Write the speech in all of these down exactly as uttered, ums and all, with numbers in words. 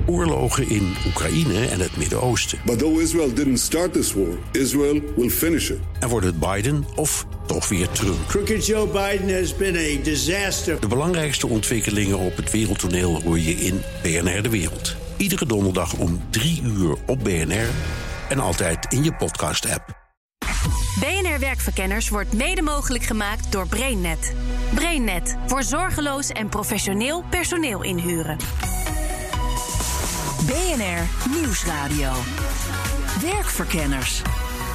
oorlogen in Oekraïne en het Midden-Oosten. But though Israel didn't start this war, Israel will finish it. En wordt het Biden of toch weer Trump? Crooked Joe Biden has been a disaster. De belangrijkste ontwikkelingen op het wereldtoneel hoor je in B N R De Wereld. Iedere donderdag om drie uur op B N R en altijd in je podcast-app. B N R Werkverkenners wordt mede mogelijk gemaakt door BrainNet. BrainNet, voor zorgeloos en professioneel personeel inhuren. B N R Nieuwsradio. Werkverkenners.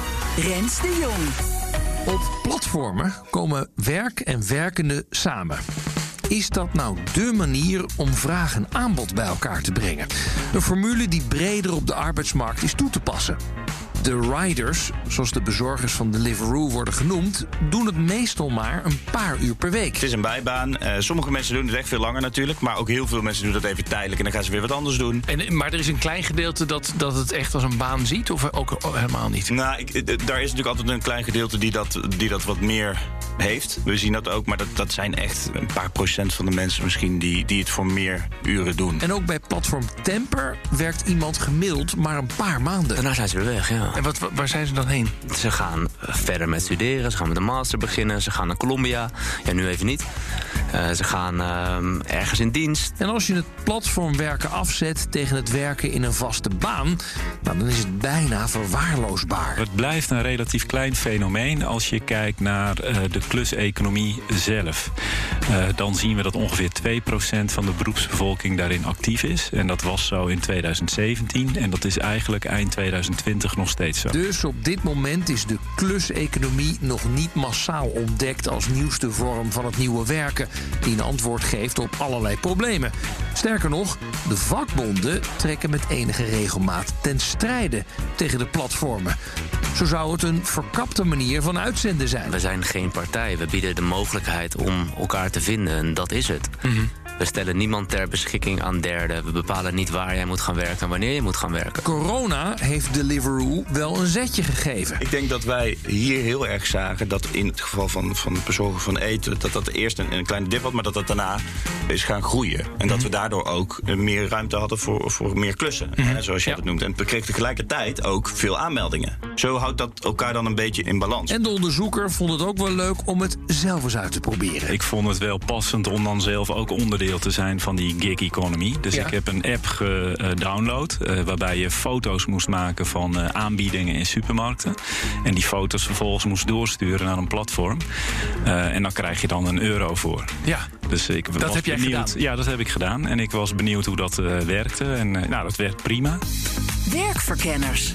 Rens de Jong. Op platformen komen werk en werkenden samen. Is dat nou dé manier om vraag en aanbod bij elkaar te brengen? Een formule die breder op de arbeidsmarkt is toe te passen. De riders, zoals de bezorgers van Deliveroo worden genoemd, doen het meestal maar een paar uur per week. Het is een bijbaan. Uh, sommige mensen doen het echt veel langer natuurlijk, maar ook heel veel mensen doen dat even tijdelijk en dan gaan ze weer wat anders doen. En, maar er is een klein gedeelte dat, dat het echt als een baan ziet, of ook helemaal niet? Nou, ik, daar is natuurlijk altijd een klein gedeelte die dat, die dat wat meer heeft. We zien dat ook, maar dat, dat zijn echt een paar procent van de mensen misschien die, die het voor meer uren doen. En ook bij platform Temper werkt iemand gemiddeld maar een paar maanden. Daarna zijn ze weer weg, ja. En wat, waar zijn ze dan heen? Ze gaan verder met studeren, ze gaan met een master beginnen, ze gaan naar Colombia. Ja, nu even niet. Uh, ze gaan uh, ergens in dienst. En als je het platformwerken afzet tegen het werken in een vaste baan, nou, dan is het bijna verwaarloosbaar. Het blijft een relatief klein fenomeen als je kijkt naar uh, de kluseconomie zelf. Uh, dan zien we dat ongeveer twee procent van de beroepsbevolking daarin actief is. En dat was zo in tweeduizend zeventien. En dat is eigenlijk eind tweeduizend twintig nog steeds zo. Dus op dit moment is de kluseconomie nog niet massaal ontdekt als nieuwste vorm van het nieuwe werken, die een antwoord geeft op allerlei problemen. Sterker nog, de vakbonden trekken met enige regelmaat ten strijde tegen de platformen. Zo zou het een verkapte manier van uitzenden zijn. We zijn geen partij. We bieden de mogelijkheid om elkaar te vinden. En dat is het. Mm-hmm. We stellen niemand ter beschikking aan derden. We bepalen niet waar jij moet gaan werken en wanneer je moet gaan werken. Corona heeft Deliveroo wel een zetje gegeven. Ik denk dat wij hier heel erg zagen dat in het geval van, van het bezorgen van eten, dat dat eerst een, een kleine dip had, maar dat dat daarna is gaan groeien. En mm-hmm. dat we daardoor ook meer ruimte hadden voor, voor meer klussen, mm-hmm. hè, zoals je ja. dat noemt. En we kregen tegelijkertijd ook veel aanmeldingen. Zo houdt dat elkaar dan een beetje in balans. En de onderzoeker vond het ook wel leuk om het zelf eens uit te proberen. Ik vond het wel passend om dan zelf ook onderdeel te zijn van die gig economy. Dus ja. ik heb een app gedownload uh, waarbij je foto's moest maken van uh, aanbiedingen in supermarkten. En die foto's vervolgens moest doorsturen naar een platform. Uh, en dan krijg je dan een euro voor. Ja, dus ik dat was heb jij benieuwd. gedaan? Ja, dat heb ik gedaan. En ik was benieuwd hoe dat uh, werkte. En uh, nou, dat werkt prima. Werkverkenners.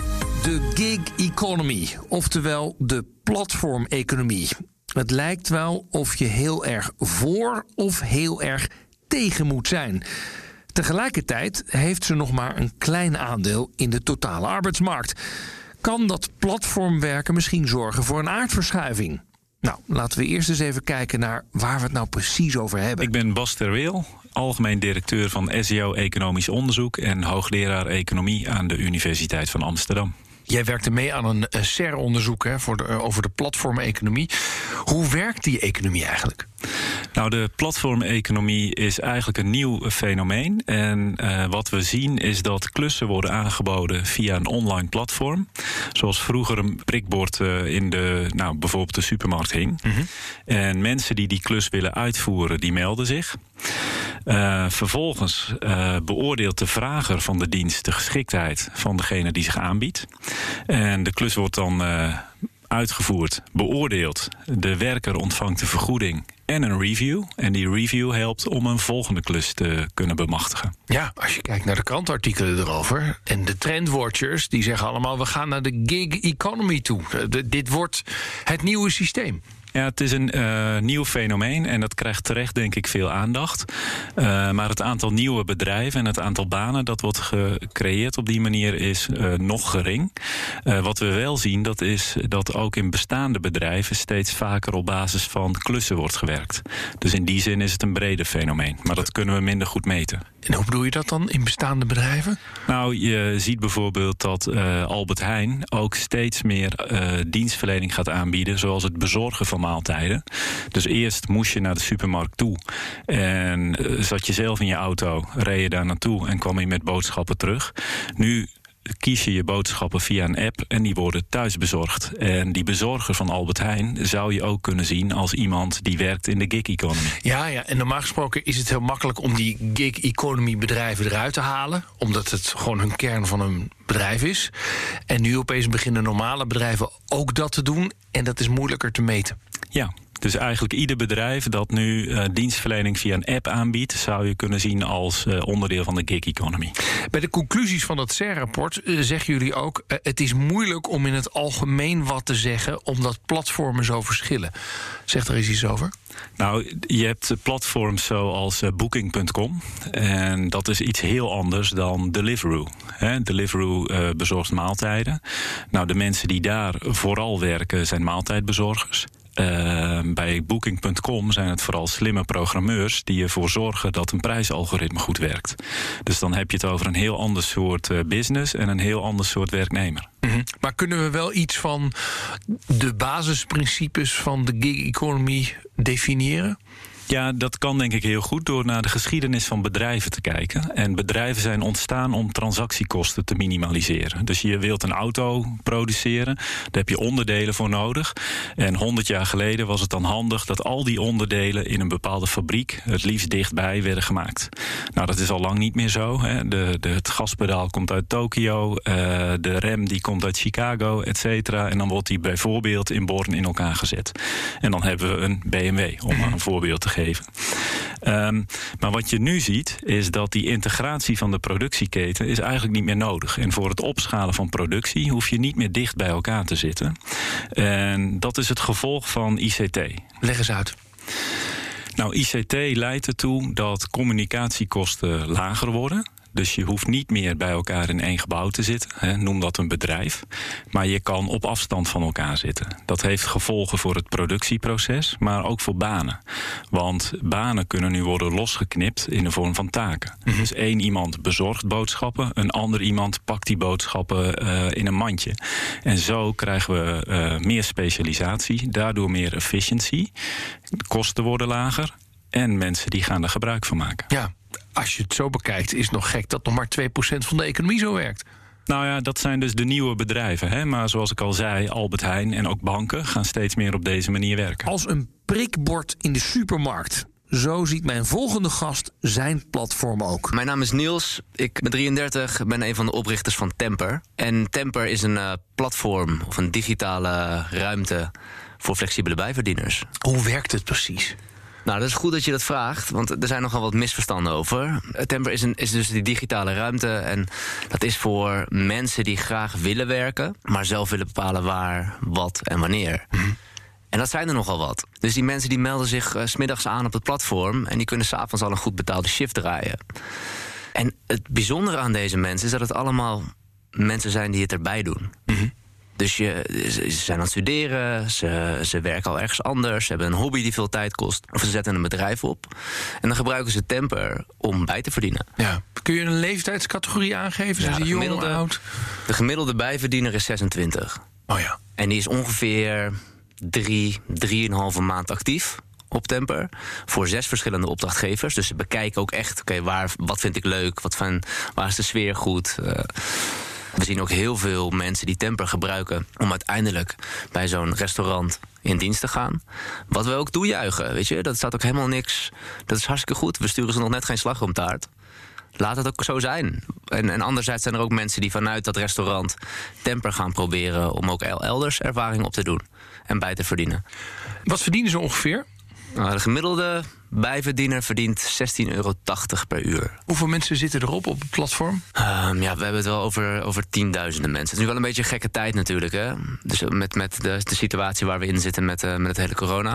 De gig economy, oftewel de platformeconomie. Het lijkt wel of je heel erg voor of heel erg tegen moet zijn. Tegelijkertijd heeft ze nog maar een klein aandeel in de totale arbeidsmarkt. Kan dat platformwerken misschien zorgen voor een aardverschuiving? Nou, laten we eerst eens even kijken naar waar we het nou precies over hebben. Ik ben Bas Terweel, algemeen directeur van S E O Economisch Onderzoek en hoogleraar Economie aan de Universiteit van Amsterdam. Jij werkte mee aan een C E R-onderzoek hè, voor de, over de platformeconomie. Hoe werkt die economie eigenlijk? Nou, de platformeconomie is eigenlijk een nieuw fenomeen. En uh, wat we zien is dat klussen worden aangeboden via een online platform. Zoals vroeger een prikbord uh, in de, nou, bijvoorbeeld de supermarkt hing. Mm-hmm. En mensen die die klus willen uitvoeren, die melden zich. Uh, vervolgens uh, beoordeelt de vrager van de dienst de geschiktheid van degene die zich aanbiedt. En de klus wordt dan uh, uitgevoerd, beoordeeld. De werker ontvangt een vergoeding en een review. En die review helpt om een volgende klus te kunnen bemachtigen. Ja, als je kijkt naar de krantartikelen erover en de trendwatchers, die zeggen allemaal, we gaan naar de gig economy toe. De, dit wordt het nieuwe systeem. Ja, het is een uh, nieuw fenomeen en dat krijgt terecht denk ik veel aandacht. Uh, maar het aantal nieuwe bedrijven en het aantal banen dat wordt gecreëerd op die manier is uh, nog gering. Uh, wat we wel zien, dat is dat ook in bestaande bedrijven steeds vaker op basis van klussen wordt gewerkt. Dus in die zin is het een breder fenomeen, maar dat kunnen we minder goed meten. En hoe bedoel je dat dan in bestaande bedrijven? Nou, je ziet bijvoorbeeld dat uh, Albert Heijn ook steeds meer uh, dienstverlening gaat aanbieden, zoals het bezorgen van van maaltijden. Dus eerst moest je naar de supermarkt toe en uh, zat je zelf in je auto, reed je daar naartoe en kwam je met boodschappen terug. Nu kies je je boodschappen via een app en die worden thuis bezorgd. En die bezorger van Albert Heijn zou je ook kunnen zien als iemand die werkt in de gig economy. Ja, ja, en normaal gesproken is het heel makkelijk om die gig economy bedrijven eruit te halen, omdat het gewoon hun kern van hun bedrijf is. En nu opeens beginnen normale bedrijven ook dat te doen en dat is moeilijker te meten. Ja. Dus eigenlijk ieder bedrijf dat nu uh, dienstverlening via een app aanbiedt, zou je kunnen zien als uh, onderdeel van de gig economy. Bij de conclusies van dat C E R-rapport uh, zeggen jullie ook, uh, het is moeilijk om in het algemeen wat te zeggen, omdat platformen zo verschillen. Zeg er eens iets over. Nou, je hebt platforms zoals uh, Booking punt com. En dat is iets heel anders dan Deliveroo. He, Deliveroo uh, bezorgt maaltijden. Nou, de mensen die daar vooral werken zijn maaltijdbezorgers. Uh, bij Booking punt com zijn het vooral slimme programmeurs die ervoor zorgen dat een prijsalgoritme goed werkt. Dus dan heb je het over een heel ander soort uh, business en een heel ander soort werknemer. Mm-hmm. Maar kunnen we wel iets van de basisprincipes van de gig economy definiëren? Ja, dat kan denk ik heel goed door naar de geschiedenis van bedrijven te kijken. En bedrijven zijn ontstaan om transactiekosten te minimaliseren. Dus je wilt een auto produceren, daar heb je onderdelen voor nodig. En honderd jaar geleden was het dan handig dat al die onderdelen in een bepaalde fabriek, het liefst dichtbij, werden gemaakt. Nou, dat is al lang niet meer zo. Hè. De, de, het gaspedaal komt uit Tokio, uh, de rem die komt uit Chicago, et cetera. En dan wordt die bijvoorbeeld in Born in elkaar gezet. En dan hebben we een B M W, om maar een voorbeeld te geven. Um, maar wat je nu ziet, is dat die integratie van de productieketen is eigenlijk niet meer nodig. En voor het opschalen van productie hoef je niet meer dicht bij elkaar te zitten. En dat is het gevolg van I C T. Leg eens uit. Nou, I C T leidt ertoe dat communicatiekosten lager worden. Dus je hoeft niet meer bij elkaar in één gebouw te zitten. Hè, noem dat een bedrijf. Maar je kan op afstand van elkaar zitten. Dat heeft gevolgen voor het productieproces, maar ook voor banen. Want banen kunnen nu worden losgeknipt in de vorm van taken. Mm-hmm. Dus één iemand bezorgt boodschappen, een ander iemand pakt die boodschappen uh, in een mandje. En zo krijgen we uh, meer specialisatie, daardoor meer efficiëntie. De kosten worden lager en mensen die gaan er gebruik van maken. Ja. Als je het zo bekijkt, is het nog gek dat nog maar twee procent van de economie zo werkt. Nou ja, dat zijn dus de nieuwe bedrijven. Hè? Maar zoals ik al zei, Albert Heijn en ook banken gaan steeds meer op deze manier werken. Als een prikbord in de supermarkt. Zo ziet mijn volgende gast zijn platform ook. Mijn naam is Niels, ik ben drieëndertig, ben een van de oprichters van Temper. En Temper is een uh, platform of een digitale ruimte voor flexibele bijverdieners. Hoe werkt het precies? Nou, dat is goed dat je dat vraagt, want er zijn nogal wat misverstanden over. Temper is, een, is dus die digitale ruimte en dat is voor mensen die graag willen werken, maar zelf willen bepalen waar, wat en wanneer. Mm-hmm. En dat zijn er nogal wat. Dus die mensen die melden zich uh, 's middags aan op het platform en die kunnen 's avonds al een goed betaalde shift draaien. En het bijzondere aan deze mensen is dat het allemaal mensen zijn die het erbij doen. Mm-hmm. Dus je, ze zijn aan het studeren, ze, ze werken al ergens anders, ze hebben een hobby die veel tijd kost, of ze zetten een bedrijf op. En dan gebruiken ze Temper om bij te verdienen. Ja. Kun je een leeftijdscategorie aangeven? Zijn ja, ze jong of oud? De gemiddelde bijverdiener is zesentwintig. Oh ja. En die is ongeveer drie, drieënhalve maand actief op Temper voor zes verschillende opdrachtgevers. Dus ze bekijken ook echt, oké, okay, wat vind ik leuk, wat van, waar is de sfeer goed. Uh, We zien ook heel veel mensen die Temper gebruiken om uiteindelijk bij zo'n restaurant in dienst te gaan. Wat we ook toejuichen, weet je, dat staat ook helemaal niks. Dat is hartstikke goed. We sturen ze nog net geen slagroomtaart. Laat het ook zo zijn. En, en anderzijds zijn er ook mensen die vanuit dat restaurant Temper gaan proberen om ook elders ervaring op te doen en bij te verdienen. Wat verdienen ze ongeveer? Nou, de gemiddelde bijverdiener verdient zestien euro tachtig per uur. Hoeveel mensen zitten erop op het platform? Um, ja, we hebben het wel over, over tienduizenden mensen. Het is nu wel een beetje een gekke tijd natuurlijk. Hè? Dus met, met de, de situatie waar we in zitten met, uh, met het hele corona.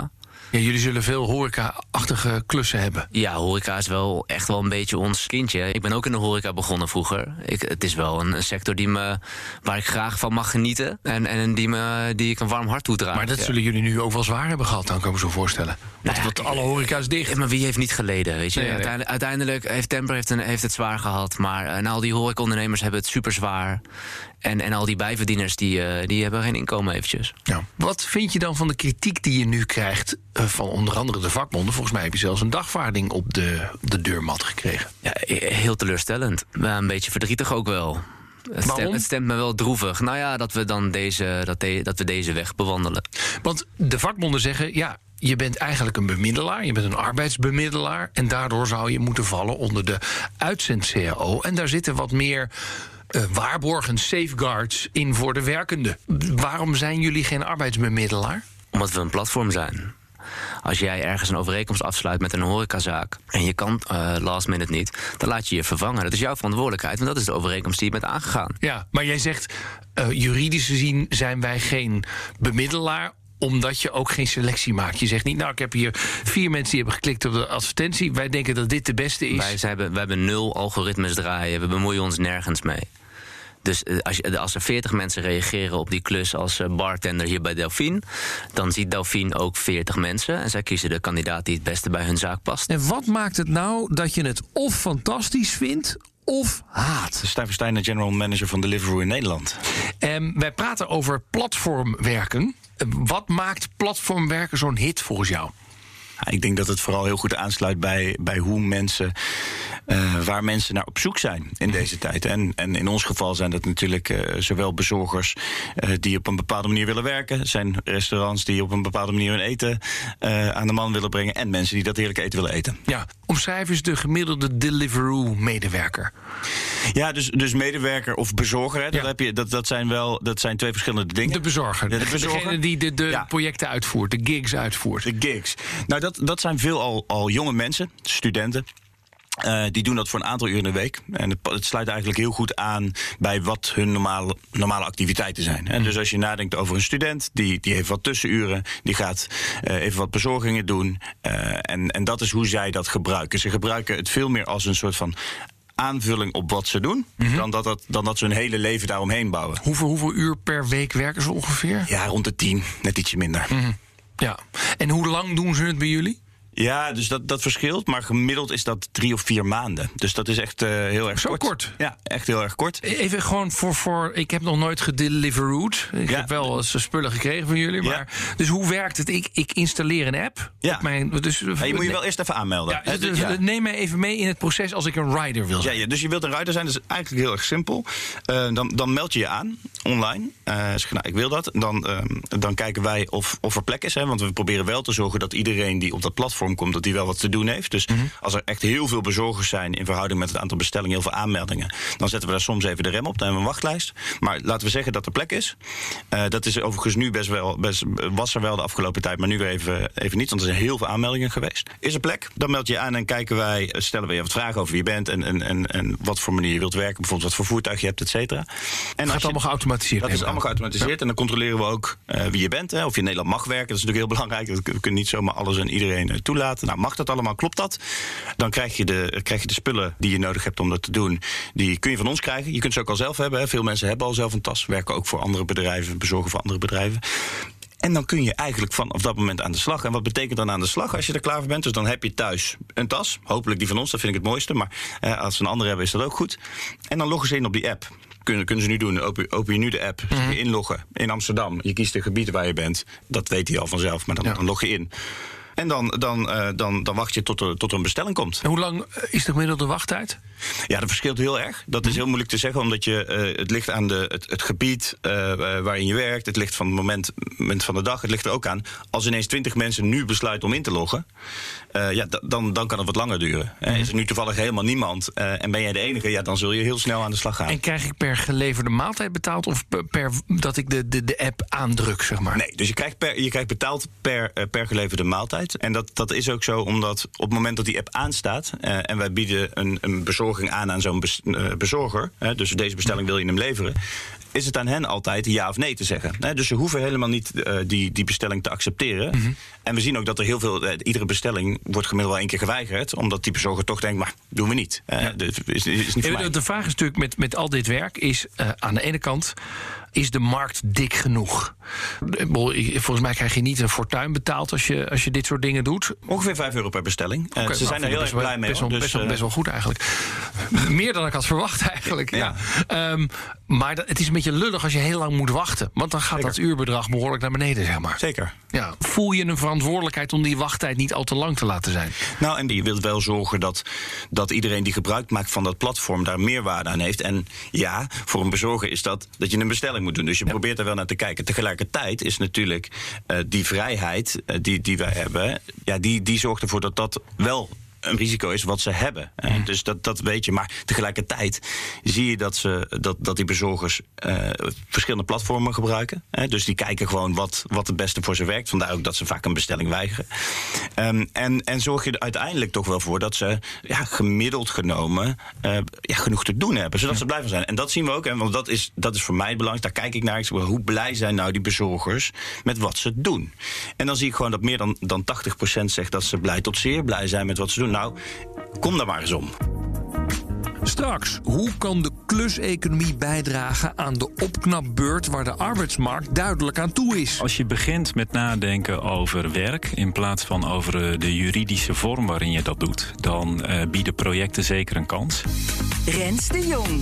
Ja, jullie zullen veel horeca-achtige klussen hebben. Ja, horeca is wel echt wel een beetje ons kindje. Ik ben ook in de horeca begonnen vroeger. Ik, het is wel een, een sector die me, waar ik graag van mag genieten. En, en die, me, die ik een warm hart toedraag. Maar dat ja. zullen jullie nu ook wel zwaar hebben gehad, dan kan ik me zo voorstellen. Want, Nou ja, want alle horeca is dicht. Ja, maar wie heeft niet geleden, weet je? Nee, nee. Uiteindelijk, uiteindelijk heeft Temper heeft, een, heeft het zwaar gehad. Maar en al die horecaondernemers hebben het super zwaar. En, en al die bijverdieners, die, uh, die hebben geen inkomen eventjes. Ja. Wat vind je dan van de kritiek die je nu krijgt uh, van onder andere de vakbonden? Volgens mij heb je zelfs een dagvaarding op de, de deurmat gekregen. Ja, heel teleurstellend. Maar een beetje verdrietig ook wel. Het stemt, het stemt me wel droevig. Nou ja, dat we dan deze, dat de, dat we deze weg bewandelen. Want de vakbonden zeggen, ja, je bent eigenlijk een bemiddelaar. Je bent een arbeidsbemiddelaar. En daardoor zou je moeten vallen onder de uitzend-C A O. En daar zitten wat meer uh, waarborgen, safeguards in voor de werkenden. Waarom zijn jullie geen arbeidsbemiddelaar? Omdat we een platform zijn. Als jij ergens een overeenkomst afsluit met een horecazaak en je kan uh, last minute niet, dan laat je je vervangen. Dat is jouw verantwoordelijkheid, want dat is de overeenkomst die je bent aangegaan. Ja, maar jij zegt, uh, juridisch gezien zijn wij geen bemiddelaar, omdat je ook geen selectie maakt. Je zegt niet, nou, ik heb hier vier mensen die hebben geklikt op de advertentie. Wij denken dat dit de beste is. Wij, hebben, wij hebben nul algoritmes draaien. We bemoeien ons nergens mee. Dus als, je, als er veertig mensen reageren op die klus als bartender hier bij Delphine, dan ziet Delphine ook veertig mensen. En zij kiezen de kandidaat die het beste bij hun zaak past. En wat maakt het nou dat je het of fantastisch vindt of haat? Stijn Versteijn, de general manager van Deliveroo in Nederland. Um, wij praten over platformwerken. Wat maakt platformwerken zo'n hit volgens jou? Ja, ik denk dat het vooral heel goed aansluit bij, bij hoe mensen, uh, waar mensen naar op zoek zijn in deze tijd. En, en in ons geval zijn dat natuurlijk uh, zowel bezorgers uh, die op een bepaalde manier willen werken, zijn restaurants die op een bepaalde manier hun eten uh, aan de man willen brengen, en mensen die dat heerlijke eten willen eten. Ja, omschrijf eens de gemiddelde Deliveroo-medewerker. Ja, dus, dus medewerker of bezorger, hè, dat, Ja. heb je, dat, dat zijn wel dat zijn twee verschillende dingen. De bezorger. Ja, de bezorger. Degene die de, de Ja. projecten uitvoert, de gigs uitvoert. De gigs. Nou, dat, dat zijn veel al, al jonge mensen, studenten. Uh, die doen dat voor een aantal uur in de week. En het, het sluit eigenlijk heel goed aan bij wat hun normale, normale activiteiten zijn. En dus als je nadenkt over een student, die, die heeft wat tussenuren, die gaat uh, even wat bezorgingen doen. Uh, en, en dat is hoe zij dat gebruiken. Ze gebruiken het veel meer als een soort van aanvulling op wat ze doen, mm-hmm. dan, dat dat, dan dat ze hun hele leven daaromheen bouwen. Hoeveel, hoeveel uur per week werken ze ongeveer? Ja, rond de tien, net ietsje minder. Mm-hmm. Ja. En hoe lang doen ze het bij jullie? Ja, dus dat, dat verschilt, maar gemiddeld is dat drie of vier maanden. Dus dat is echt uh, heel erg Zo kort. kort? Ja, echt heel erg kort. Even gewoon voor, voor ik heb nog nooit gedeliverooed. Ik Ja. heb wel eens spullen gekregen van jullie. Maar, Ja. Dus hoe werkt het? Ik, ik installeer een app. Ja. Op mijn, dus, Ja, je moet je wel eerst even aanmelden. Ja, Hè, dus, ja. Neem mij even mee in het proces als ik een rider wil Ja, zijn. ja, dus je wilt een rider zijn, dat is eigenlijk heel erg simpel. Uh, dan, dan meld je je aan, online. Uh, zeg je, nou, ik wil dat. Dan, uh, dan kijken wij of, of er plek is. Hè, want we proberen wel te zorgen dat iedereen die op dat platform komt, dat die wel wat te doen heeft. Dus mm-hmm. als er echt heel veel bezorgers zijn in verhouding met het aantal bestellingen, heel veel aanmeldingen, dan zetten we daar soms even de rem op. Dan hebben we een wachtlijst. Maar laten we zeggen dat er plek is. Uh, dat is overigens nu best wel, best, was er wel de afgelopen tijd, maar nu weer even, even niet, want er zijn heel veel aanmeldingen geweest. Is er plek? Dan meld je je aan en kijken wij, stellen we je wat vragen over wie je bent en, en, en, en wat voor manier je wilt werken, bijvoorbeeld wat voor voertuig je hebt, et cetera. En Het gaat allemaal geautomatiseerd. Dat is allemaal geautomatiseerd. Ja. En dan controleren we ook uh, wie je bent. Hè, of je in Nederland mag werken. Dat is natuurlijk heel belangrijk. We kunnen niet zomaar alles en iedereen uh, toelaten. Nou, mag dat allemaal? Klopt dat? Dan krijg je, de, krijg je de spullen die je nodig hebt om dat te doen. Die kun je van ons krijgen. Je kunt ze ook al zelf hebben. Hè. Veel mensen hebben al zelf een tas. Werken ook voor andere bedrijven. Bezorgen voor andere bedrijven. En dan kun je eigenlijk vanaf dat moment aan de slag. En wat betekent dan aan de slag als je er klaar voor bent? Dus dan heb je thuis een tas. Hopelijk die van ons, dat vind ik het mooiste. Maar eh, als ze een andere hebben, is dat ook goed. En dan loggen ze in op die app. Kunnen, kunnen ze nu doen. Open, open je nu de app. Mm-hmm. Je inloggen in Amsterdam. Je kiest de gebieden waar je bent. Dat weet hij al vanzelf. Maar dan, ja. dan log je in. En dan, dan, uh, dan, dan wacht je tot er, tot er een bestelling komt. En hoe lang is de gemiddelde wachttijd? Ja, dat verschilt heel erg. Dat is heel moeilijk te zeggen, omdat je, uh, het ligt aan de, het, het gebied uh, waarin je werkt. Het ligt van het moment, moment van de dag. Het ligt er ook aan. Als ineens twintig mensen nu besluiten om in te loggen, uh, ja, d- dan, dan kan het wat langer duren. Mm-hmm. Is er nu toevallig helemaal niemand uh, en ben jij de enige, ja, dan zul je heel snel aan de slag gaan. En krijg ik per geleverde maaltijd betaald of per, per dat ik de, de, de app aandruk, zeg maar? Nee, dus je krijgt, per, je krijgt betaald per, uh, per geleverde maaltijd. En dat, dat is ook zo omdat op het moment dat die app aanstaat uh, en wij bieden een, een bezorging aan aan zo'n bes, uh, bezorger, uh, dus deze bestelling wil je hem leveren, is het aan hen altijd ja of nee te zeggen. He, dus ze hoeven helemaal niet uh, die, die bestelling te accepteren. Mm-hmm. En we zien ook dat er heel veel, uh, iedere bestelling wordt gemiddeld wel één keer geweigerd, omdat die bezorger toch denkt, maar doen we niet. Uh, ja. Dus is, is niet voor de, de vraag is natuurlijk met, met al dit werk is uh, aan de ene kant, is de markt dik genoeg? Volgens mij krijg je niet een fortuin betaald als je, als je dit soort dingen doet. Ongeveer vijf euro per bestelling. Okay, uh, ze zijn er heel erg wel, blij mee. Best wel, dus, best, wel, uh, best wel goed eigenlijk. Meer dan ik had verwacht eigenlijk. Ja. Ja. Um, maar dat, het is een beetje lullig als je heel lang moet wachten. Want dan gaat Zeker. dat uurbedrag behoorlijk naar beneden, zeg maar. Zeker. Ja. Voel je een verantwoordelijkheid om die wachttijd niet al te lang te laten zijn? Nou, en je wilt wel zorgen dat, dat iedereen die gebruik maakt van dat platform daar meerwaarde aan heeft. En ja, voor een bezorger is dat dat je een bestelling moet doen. Dus je ja. probeert er wel naar te kijken. Tegelijkertijd is natuurlijk uh, die vrijheid uh, die, die wij hebben, ja, die, die zorgt ervoor dat dat wel een risico is wat ze hebben. Mm. Dus dat, dat weet je. Maar tegelijkertijd zie je dat, ze, dat, dat die bezorgers uh, verschillende platformen gebruiken. Hè? Dus die kijken gewoon wat, wat het beste voor ze werkt. Vandaar ook dat ze vaak een bestelling weigeren. Um, en, en zorg je er uiteindelijk toch wel voor dat ze ja, gemiddeld genomen uh, ja, genoeg te doen hebben. Zodat ja. ze blijven zijn. En dat zien we ook. Hè? Want dat is, dat is voor mij belangrijk. Daar kijk ik naar. Ik zeg, hoe blij zijn nou die bezorgers met wat ze doen? En dan zie ik gewoon dat meer dan, dan tachtig procent zegt dat ze blij tot zeer blij zijn met wat ze doen. Nou, kom daar maar eens om. Straks, hoe kan de kluseconomie bijdragen aan de opknapbeurt waar de arbeidsmarkt duidelijk aan toe is? Als je begint met nadenken over werk in plaats van over de juridische vorm waarin je dat doet, dan uh, bieden projecten zeker een kans. Rens de Jong.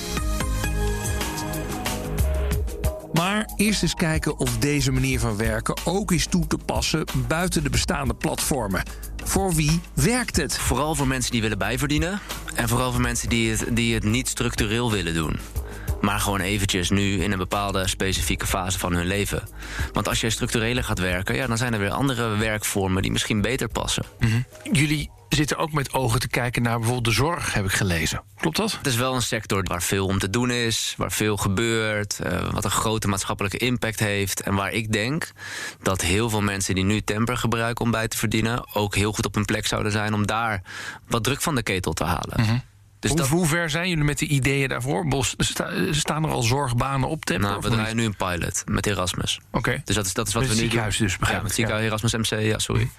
Maar eerst eens kijken of deze manier van werken ook is toe te passen buiten de bestaande platformen. Voor wie werkt het? Vooral voor mensen die willen bijverdienen. En vooral voor mensen die het, die het niet structureel willen doen. Maar gewoon eventjes nu in een bepaalde specifieke fase van hun leven. Want als jij structureler gaat werken, ja, dan zijn er weer andere werkvormen die misschien beter passen. Mm-hmm. Jullie zitten ook met ogen te kijken naar bijvoorbeeld de zorg, heb ik gelezen. Klopt dat? Het is wel een sector waar veel om te doen is, waar veel gebeurt, uh, wat een grote maatschappelijke impact heeft. En waar ik denk dat heel veel mensen die nu Temper gebruiken om bij te verdienen, ook heel goed op hun plek zouden zijn om daar wat druk van de ketel te halen. Mm-hmm. Dus hoe, dat... hoe ver zijn jullie met de ideeën daarvoor? Bos, sta, staan er al zorgbanen op Temper? Nou, we draaien nu een pilot met Erasmus. Oké. Okay. Dus dat is, dat is wat met we nu doen. Ziekenhuis dus, begrijp ja, met ziekenhuis, ja. Erasmus M C, ja, sorry. Mm.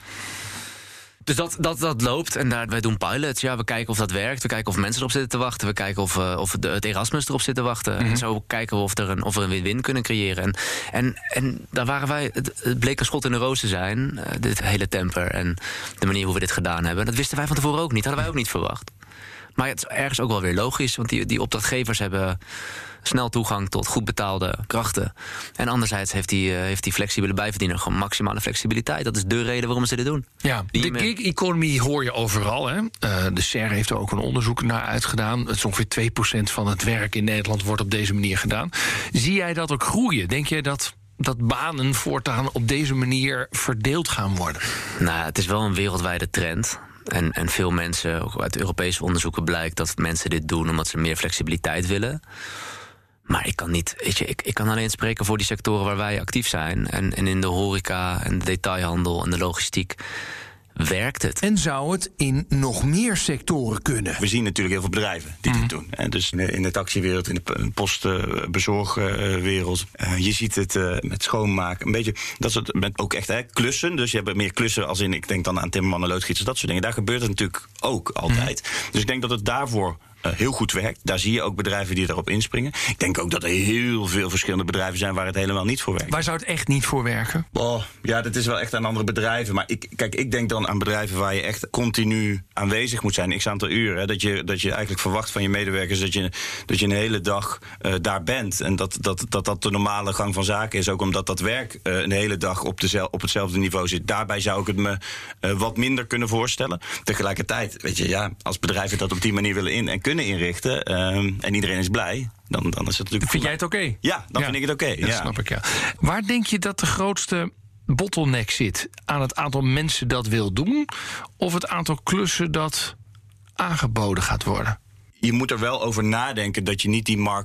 Dus dat, dat, dat loopt en daar, wij doen pilots. Ja, we kijken of dat werkt. We kijken of mensen erop zitten te wachten. We kijken of, uh, of de, het Erasmus erop zit te wachten. Mm-hmm. En zo kijken we of, er een, of we een win-win kunnen creëren. En, en, en daar waren wij... Het, het bleek een schot in de roos te zijn. Uh, dit hele Temper en de manier hoe we dit gedaan hebben. Dat wisten wij van tevoren ook niet. Hadden wij ook niet verwacht. Maar het is ergens ook wel weer logisch. Want die, die opdrachtgevers hebben snel toegang tot goed betaalde krachten. En anderzijds heeft die, uh, heeft die flexibele bijverdiener gewoon maximale flexibiliteit. Dat is de reden waarom ze dit doen. Ja, de gig economy hoor je overal. Hè? Uh, de S E R heeft er ook een onderzoek naar uitgedaan. Het is ongeveer twee procent van het werk in Nederland wordt op deze manier gedaan. Zie jij dat ook groeien? Denk jij dat, dat banen voortaan op deze manier verdeeld gaan worden? Nou, het is wel een wereldwijde trend. En, en veel mensen, ook uit Europese onderzoeken blijkt dat mensen dit doen omdat ze meer flexibiliteit willen. Maar ik kan niet, weet je, ik, ik kan alleen spreken voor die sectoren waar wij actief zijn. En, en in de horeca en de detailhandel en de logistiek werkt het. En zou het in nog meer sectoren kunnen? We zien natuurlijk heel veel bedrijven die mm. dit doen. En dus in de taxiwereld, in de postbezorgwereld. Uh, je ziet het uh, met schoonmaken. Een beetje, dat soort, met ook echt hè, klussen. Dus je hebt meer klussen als in, ik denk dan aan timmermannen, loodgieters, dat soort dingen. Daar gebeurt het natuurlijk ook altijd. Mm. Dus ik denk dat het daarvoor Uh, heel goed werkt. Daar zie je ook bedrijven die daarop inspringen. Ik denk ook dat er heel veel verschillende bedrijven zijn waar het helemaal niet voor werkt. Waar zou het echt niet voor werken? Oh, ja, dat is wel echt aan andere bedrijven. Maar ik, kijk, ik denk dan aan bedrijven waar je echt continu aanwezig moet zijn. X aantal uren. Hè, dat, je, dat je eigenlijk verwacht van je medewerkers dat je, dat je een hele dag uh, daar bent. En dat dat, dat dat de normale gang van zaken is. Ook omdat dat werk uh, een hele dag op, de, op hetzelfde niveau zit. Daarbij zou ik het me uh, wat minder kunnen voorstellen. Tegelijkertijd, weet je, ja, als bedrijven dat op die manier willen in en kunnen inrichten um, en iedereen is blij, dan, dan is het natuurlijk. Vind jij het oké? Okay? Ja, dan ja. vind ik het oké. Okay. Dat ja. snap ik, ja. Waar denk je dat de grootste bottleneck zit? Aan het aantal mensen dat wil doen, of het aantal klussen dat aangeboden gaat worden? Je moet er wel over nadenken dat je niet die markt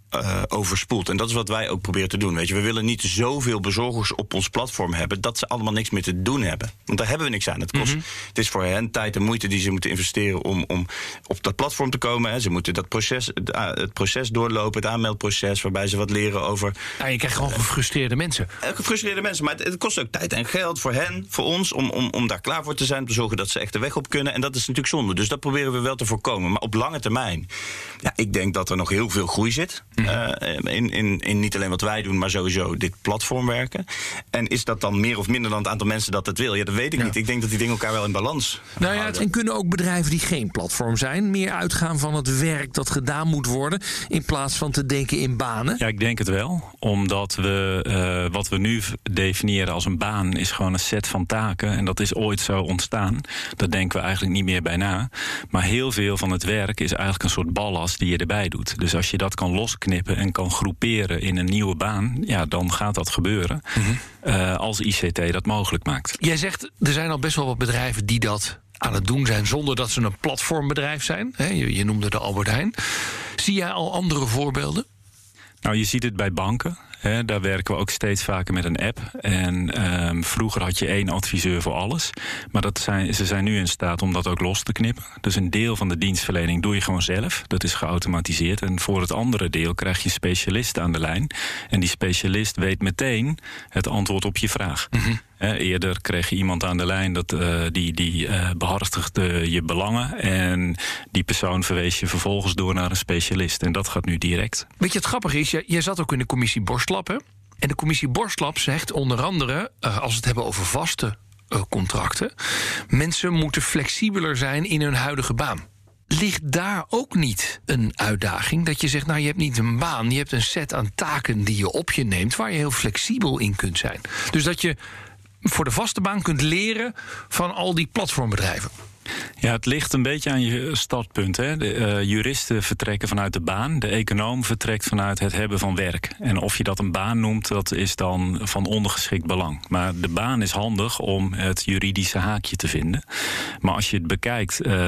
uh, overspoelt. En dat is wat wij ook proberen te doen. Weet je, we willen niet zoveel bezorgers op ons platform hebben dat ze allemaal niks meer te doen hebben. Want daar hebben we niks aan. Het, kost, mm-hmm. het is voor hen tijd en moeite die ze moeten investeren om, om op dat platform te komen. Hè. Ze moeten dat proces, het, het proces doorlopen, het aanmeldproces, waarbij ze wat leren over. Ja, je krijgt gewoon gefrustreerde mensen. Uh, gefrustreerde mensen, maar het, het kost ook tijd en geld voor hen, voor ons, om, om, om daar klaar voor te zijn, om te zorgen dat ze echt de weg op kunnen. En dat is natuurlijk zonde. Dus dat proberen we wel te voorkomen. Maar op lange termijn, ja, ik denk dat er nog heel veel groei zit. Uh, in, in, in niet alleen wat wij doen, maar sowieso dit platform werken. En is dat dan meer of minder dan het aantal mensen dat het wil? Ja, dat weet ik ja. niet. Ik denk dat die dingen elkaar wel in balans nou ja, houden. En kunnen ook bedrijven die geen platform zijn meer uitgaan van het werk dat gedaan moet worden, in plaats van te denken in banen? Ja, ik denk het wel. Omdat we uh, wat we nu definiëren als een baan is gewoon een set van taken. En dat is ooit zo ontstaan. Daar denken we eigenlijk niet meer bij na. Maar heel veel van het werk is eigenlijk een soort ballast die je erbij doet. Dus als je dat kan losknippen en kan groeperen in een nieuwe baan, ja, dan gaat dat gebeuren. Mm-hmm. Uh, als I C T dat mogelijk maakt. Jij zegt, er zijn al best wel wat bedrijven die dat aan het doen zijn zonder dat ze een platformbedrijf zijn. He, je, je noemde de Albert Heijn. Zie jij al andere voorbeelden? Nou, je ziet het bij banken. He, daar werken we ook steeds vaker met een app. En um, vroeger had je één adviseur voor alles. Maar dat zijn, ze zijn nu in staat om dat ook los te knippen. Dus een deel van de dienstverlening doe je gewoon zelf. Dat is geautomatiseerd. En voor het andere deel krijg je specialisten aan de lijn. En die specialist weet meteen het antwoord op je vraag. Mm-hmm. He, eerder kreeg je iemand aan de lijn dat, uh, die, die uh, behartigde je belangen. En die persoon verwees je vervolgens door naar een specialist. En dat gaat nu direct. Weet je, het grappige is, jij, jij zat ook in de commissie Borstlab, hè? En de commissie Borstlab zegt onder andere, uh, als we het hebben over vaste uh, contracten, mensen moeten flexibeler zijn in hun huidige baan. Ligt daar ook niet een uitdaging? Dat je zegt, nou, je hebt niet een baan, je hebt een set aan taken die je op je neemt, waar je heel flexibel in kunt zijn. Dus dat je voor de vaste baan kunt leren van al die platformbedrijven. Ja, het ligt een beetje aan je startpunt. Hè. De uh, juristen vertrekken vanuit de baan. De econoom vertrekt vanuit het hebben van werk. En of je dat een baan noemt, dat is dan van ondergeschikt belang. Maar de baan is handig om het juridische haakje te vinden. Maar als je het bekijkt, uh,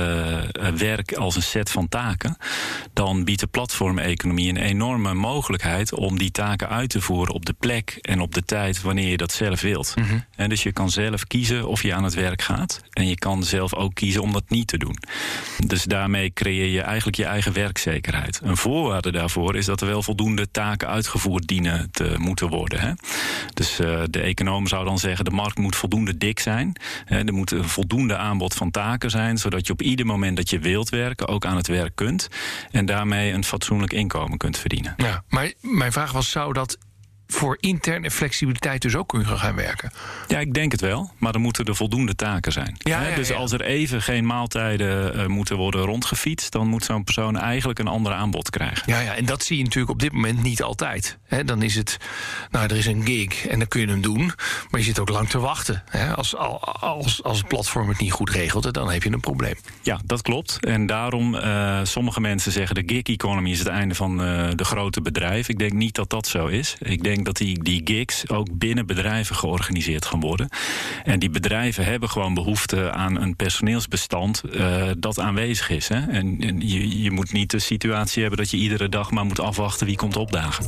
werk als een set van taken, dan biedt de platformeconomie een enorme mogelijkheid om die taken uit te voeren op de plek en op de tijd wanneer je dat zelf wilt. Mm-hmm. En dus je kan zelf kiezen of je aan het werk gaat. En je kan zelf ook kiezen om dat niet te doen. Dus daarmee creëer je eigenlijk je eigen werkzekerheid. Een voorwaarde daarvoor is dat er wel voldoende taken uitgevoerd dienen te moeten worden. Hè? Dus uh, de econoom zou dan zeggen, de markt moet voldoende dik zijn. Hè? Er moet een voldoende aanbod van taken zijn, zodat je op ieder moment dat je wilt werken ook aan het werk kunt. En daarmee een fatsoenlijk inkomen kunt verdienen. Ja, maar mijn vraag was, zou dat voor interne flexibiliteit dus ook kunnen gaan werken? Ja, ik denk het wel. Maar dan moeten er voldoende taken zijn. Ja, ja, dus ja. als er even geen maaltijden uh, moeten worden rondgefietst, dan moet zo'n persoon eigenlijk een ander aanbod krijgen. Ja, ja, en dat zie je natuurlijk op dit moment niet altijd. He, dan is het, nou, er is een gig en dan kun je hem doen, maar je zit ook lang te wachten. He, als, als, als het platform het niet goed regelt, dan heb je een probleem. Ja, dat klopt. En daarom, uh, sommige mensen zeggen de gig economy is het einde van uh, de grote bedrijven. Ik denk niet dat dat zo is. Ik denk dat die, die gigs ook binnen bedrijven georganiseerd gaan worden. En die bedrijven hebben gewoon behoefte aan een personeelsbestand uh, dat aanwezig is. Hè? En, en je, je moet niet de situatie hebben dat je iedere dag maar moet afwachten wie komt opdagen.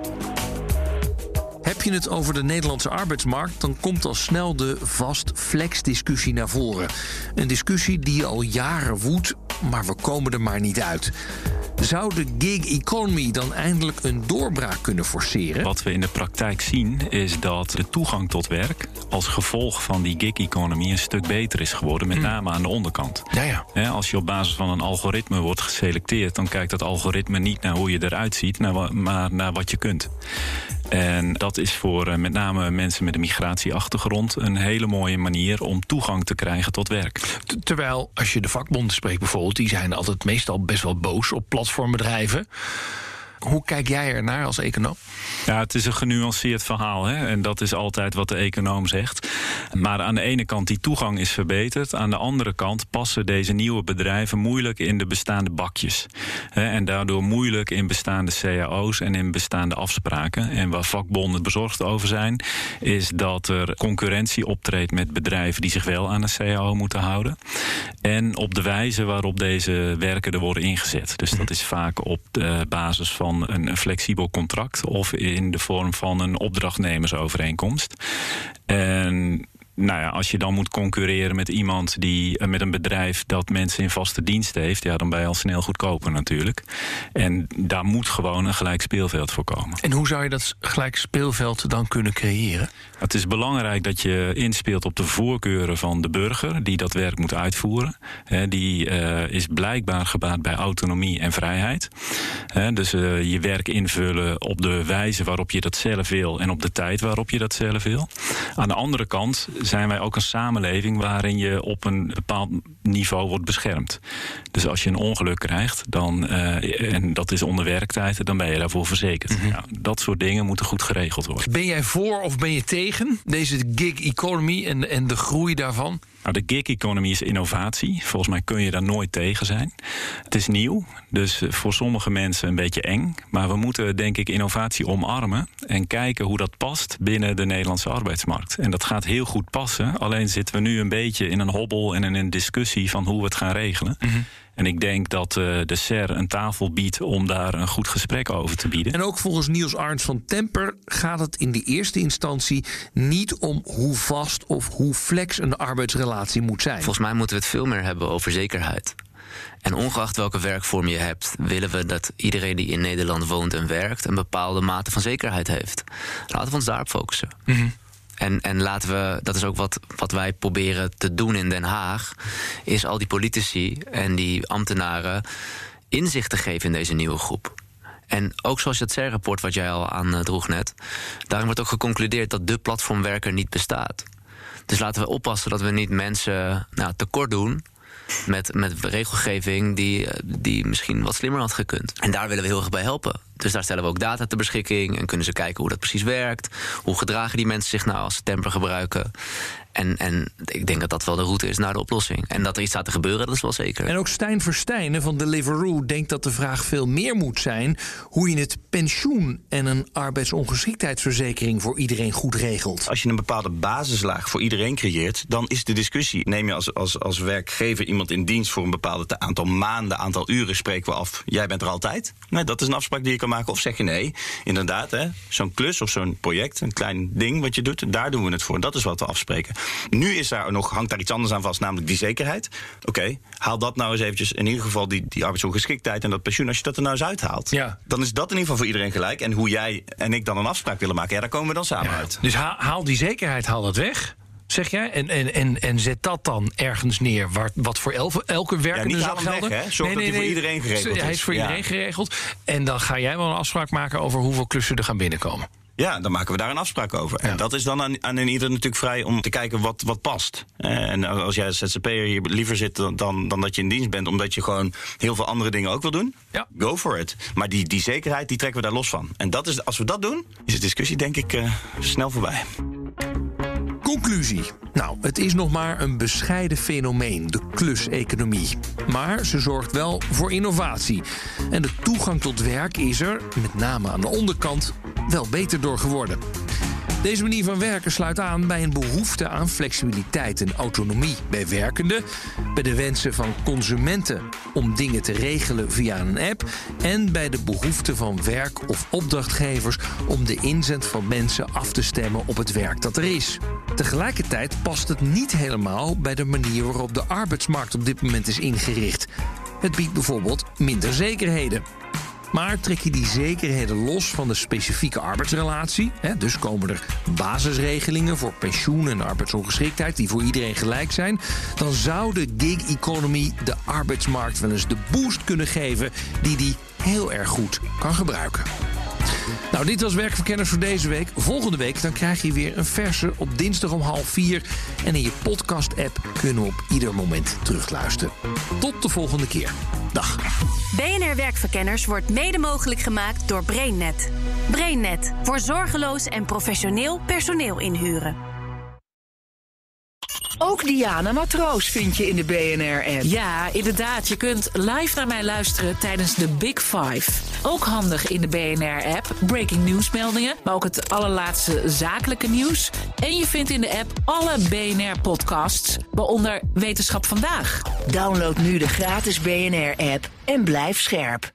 Heb je het over de Nederlandse arbeidsmarkt, dan komt al snel de vast-flex-discussie naar voren. Een discussie die al jaren woedt, maar we komen er maar niet uit. Zou de gig economy dan eindelijk een doorbraak kunnen forceren? Wat we in de praktijk zien is dat de toegang tot werk als gevolg van die gig economy een stuk beter is geworden, met name aan de onderkant. Ja, ja. Als je op basis van een algoritme wordt geselecteerd, dan kijkt dat algoritme niet naar hoe je eruit ziet, maar naar wat je kunt. En dat is voor met name mensen met een migratieachtergrond een hele mooie manier om toegang te krijgen tot werk. Terwijl, als je de vakbonden spreekt bijvoorbeeld, die zijn altijd meestal best wel boos op platformbedrijven. Hoe kijk jij ernaar als econoom? Ja, het is een genuanceerd verhaal. Hè? En dat is altijd wat de econoom zegt. Maar aan de ene kant, die toegang is verbeterd. Aan de andere kant passen deze nieuwe bedrijven moeilijk in de bestaande bakjes. Hè? En daardoor moeilijk in bestaande C A O's en in bestaande afspraken. En waar vakbonden bezorgd over zijn, is dat er concurrentie optreedt met bedrijven die zich wel aan een C A O moeten houden. En op de wijze waarop deze werken er worden ingezet. Dus dat is vaak op de basis van van een, een flexibel contract of in de vorm van een opdrachtnemersovereenkomst. En nou ja, als je dan moet concurreren met iemand die met een bedrijf dat mensen in vaste dienst heeft, ja, dan ben je al snel goedkoper natuurlijk. En daar moet gewoon een gelijk speelveld voor komen. En hoe zou je dat gelijk speelveld dan kunnen creëren? Het is belangrijk dat je inspeelt op de voorkeuren van de burger die dat werk moet uitvoeren. He, die uh, is blijkbaar gebaat bij autonomie en vrijheid. He, dus uh, je werk invullen op de wijze waarop je dat zelf wil en op de tijd waarop je dat zelf wil. Aan de andere kant zijn wij ook een samenleving waarin je op een bepaald niveau wordt beschermd. Dus als je een ongeluk krijgt, dan, uh, en dat is onder werktijd, dan ben je daarvoor verzekerd. Mm-hmm. Nou, dat soort dingen moeten goed geregeld worden. Ben jij voor of ben je tegen deze gig economy en, en de groei daarvan? Nou, de gig economy is innovatie. Volgens mij kun je daar nooit tegen zijn. Het is nieuw, dus voor sommige mensen een beetje eng. Maar we moeten, denk ik, innovatie omarmen en kijken hoe dat past binnen de Nederlandse arbeidsmarkt. En dat gaat heel goed passen. Alleen zitten we nu een beetje in een hobbel en in een discussie van hoe we het gaan regelen. Mm-hmm. En ik denk dat uh, de S E R een tafel biedt om daar een goed gesprek over te bieden. En ook volgens Niels Arnts van Temper gaat het in de eerste instantie niet om hoe vast of hoe flex een arbeidsrelatie moet zijn. Volgens mij moeten we het veel meer hebben over zekerheid. En ongeacht welke werkvorm je hebt, willen we dat iedereen die in Nederland woont en werkt een bepaalde mate van zekerheid heeft. Laten we ons daarop focussen. Mm-hmm. En, en laten we, dat is ook wat, wat wij proberen te doen in Den Haag, is al die politici en die ambtenaren inzicht te geven in deze nieuwe groep. En ook zoals het S E R-rapport wat jij al aandroeg net, daarin wordt ook geconcludeerd dat de platformwerker niet bestaat. Dus laten we oppassen dat we niet mensen nou, tekort doen met, met regelgeving die, die misschien wat slimmer had gekund. En daar willen we heel erg bij helpen. Dus daar stellen we ook data ter beschikking en kunnen ze kijken hoe dat precies werkt. Hoe gedragen die mensen zich nou als ze Temper gebruiken? En, en ik denk dat dat wel de route is naar de oplossing. En dat er iets staat te gebeuren, dat is wel zeker. En ook Stijn Verstijnen van Deliveroo denkt dat de vraag veel meer moet zijn hoe je het pensioen en een arbeidsongeschiktheidsverzekering voor iedereen goed regelt. Als je een bepaalde basislaag voor iedereen creëert, dan is de discussie, neem je als, als, als werkgever iemand in dienst voor een bepaald aantal maanden, aantal uren, spreken we af, jij bent er altijd. Nee, dat is een afspraak die je kan maken. Of zeg je nee, inderdaad, hè, zo'n klus of zo'n project, een klein ding wat je doet, daar doen we het voor. Dat is wat we afspreken. Nu is daar nog, hangt daar iets anders aan vast, namelijk die zekerheid. Oké, okay, haal dat nou eens eventjes, in ieder geval die, die arbeidsongeschiktheid en dat pensioen, als je dat er nou eens uithaalt, ja, dan is dat in ieder geval voor iedereen gelijk. En hoe jij en ik dan een afspraak willen maken, ja, daar komen we dan samen ja. uit. Dus haal, haal die zekerheid, haal dat weg. Zeg jij? En, en, en, en zet dat dan ergens neer waar, wat voor elke, elke werkende ja, zou gelden. Weg, hè? Zorg nee, nee, dat hij nee, voor iedereen geregeld is. Hij is voor ja. iedereen geregeld. En dan ga jij wel een afspraak maken over hoeveel klussen er gaan binnenkomen. Ja, dan maken we daar een afspraak over. Ja. En dat is dan aan, aan ieder natuurlijk vrij om te kijken wat, wat past. En als jij als Z Z P'er hier liever zit dan, dan, dan dat je in dienst bent, omdat je gewoon heel veel andere dingen ook wil doen, ja. Go for it. Maar die, die zekerheid, die trekken we daar los van. En dat is, als we dat doen, is de discussie denk ik uh, snel voorbij. Conclusie. Nou, het is nog maar een bescheiden fenomeen, de kluseconomie. Maar ze zorgt wel voor innovatie. En de toegang tot werk is er, met name aan de onderkant, wel beter door geworden. Deze manier van werken sluit aan bij een behoefte aan flexibiliteit en autonomie bij werkenden, bij de wensen van consumenten om dingen te regelen via een app en bij de behoefte van werk- of opdrachtgevers om de inzet van mensen af te stemmen op het werk dat er is. Tegelijkertijd past het niet helemaal bij de manier waarop de arbeidsmarkt op dit moment is ingericht. Het biedt bijvoorbeeld minder zekerheden. Maar trek je die zekerheden los van de specifieke arbeidsrelatie, hè, dus komen er basisregelingen voor pensioen en arbeidsongeschiktheid die voor iedereen gelijk zijn, dan zou de gig economy de arbeidsmarkt wel eens de boost kunnen geven die die heel erg goed kan gebruiken. Nou, dit was Werkverkenners voor deze week. Volgende week dan krijg je weer een verse op dinsdag om half vier. En in je podcast-app kunnen we op ieder moment terugluisteren. Tot de volgende keer. Dag. B N R Werkverkenners wordt mede mogelijk gemaakt door BrainNet. BrainNet, voor zorgeloos en professioneel personeel inhuren. Ook Diana Matroos vind je in de B N R-app. Ja, inderdaad. Je kunt live naar mij luisteren tijdens de Big Five. Ook handig in de B N R-app. Breaking nieuwsmeldingen, maar ook het allerlaatste zakelijke nieuws. En je vindt in de app alle B N R-podcasts, waaronder Wetenschap Vandaag. Download nu de gratis B N R-app en blijf scherp.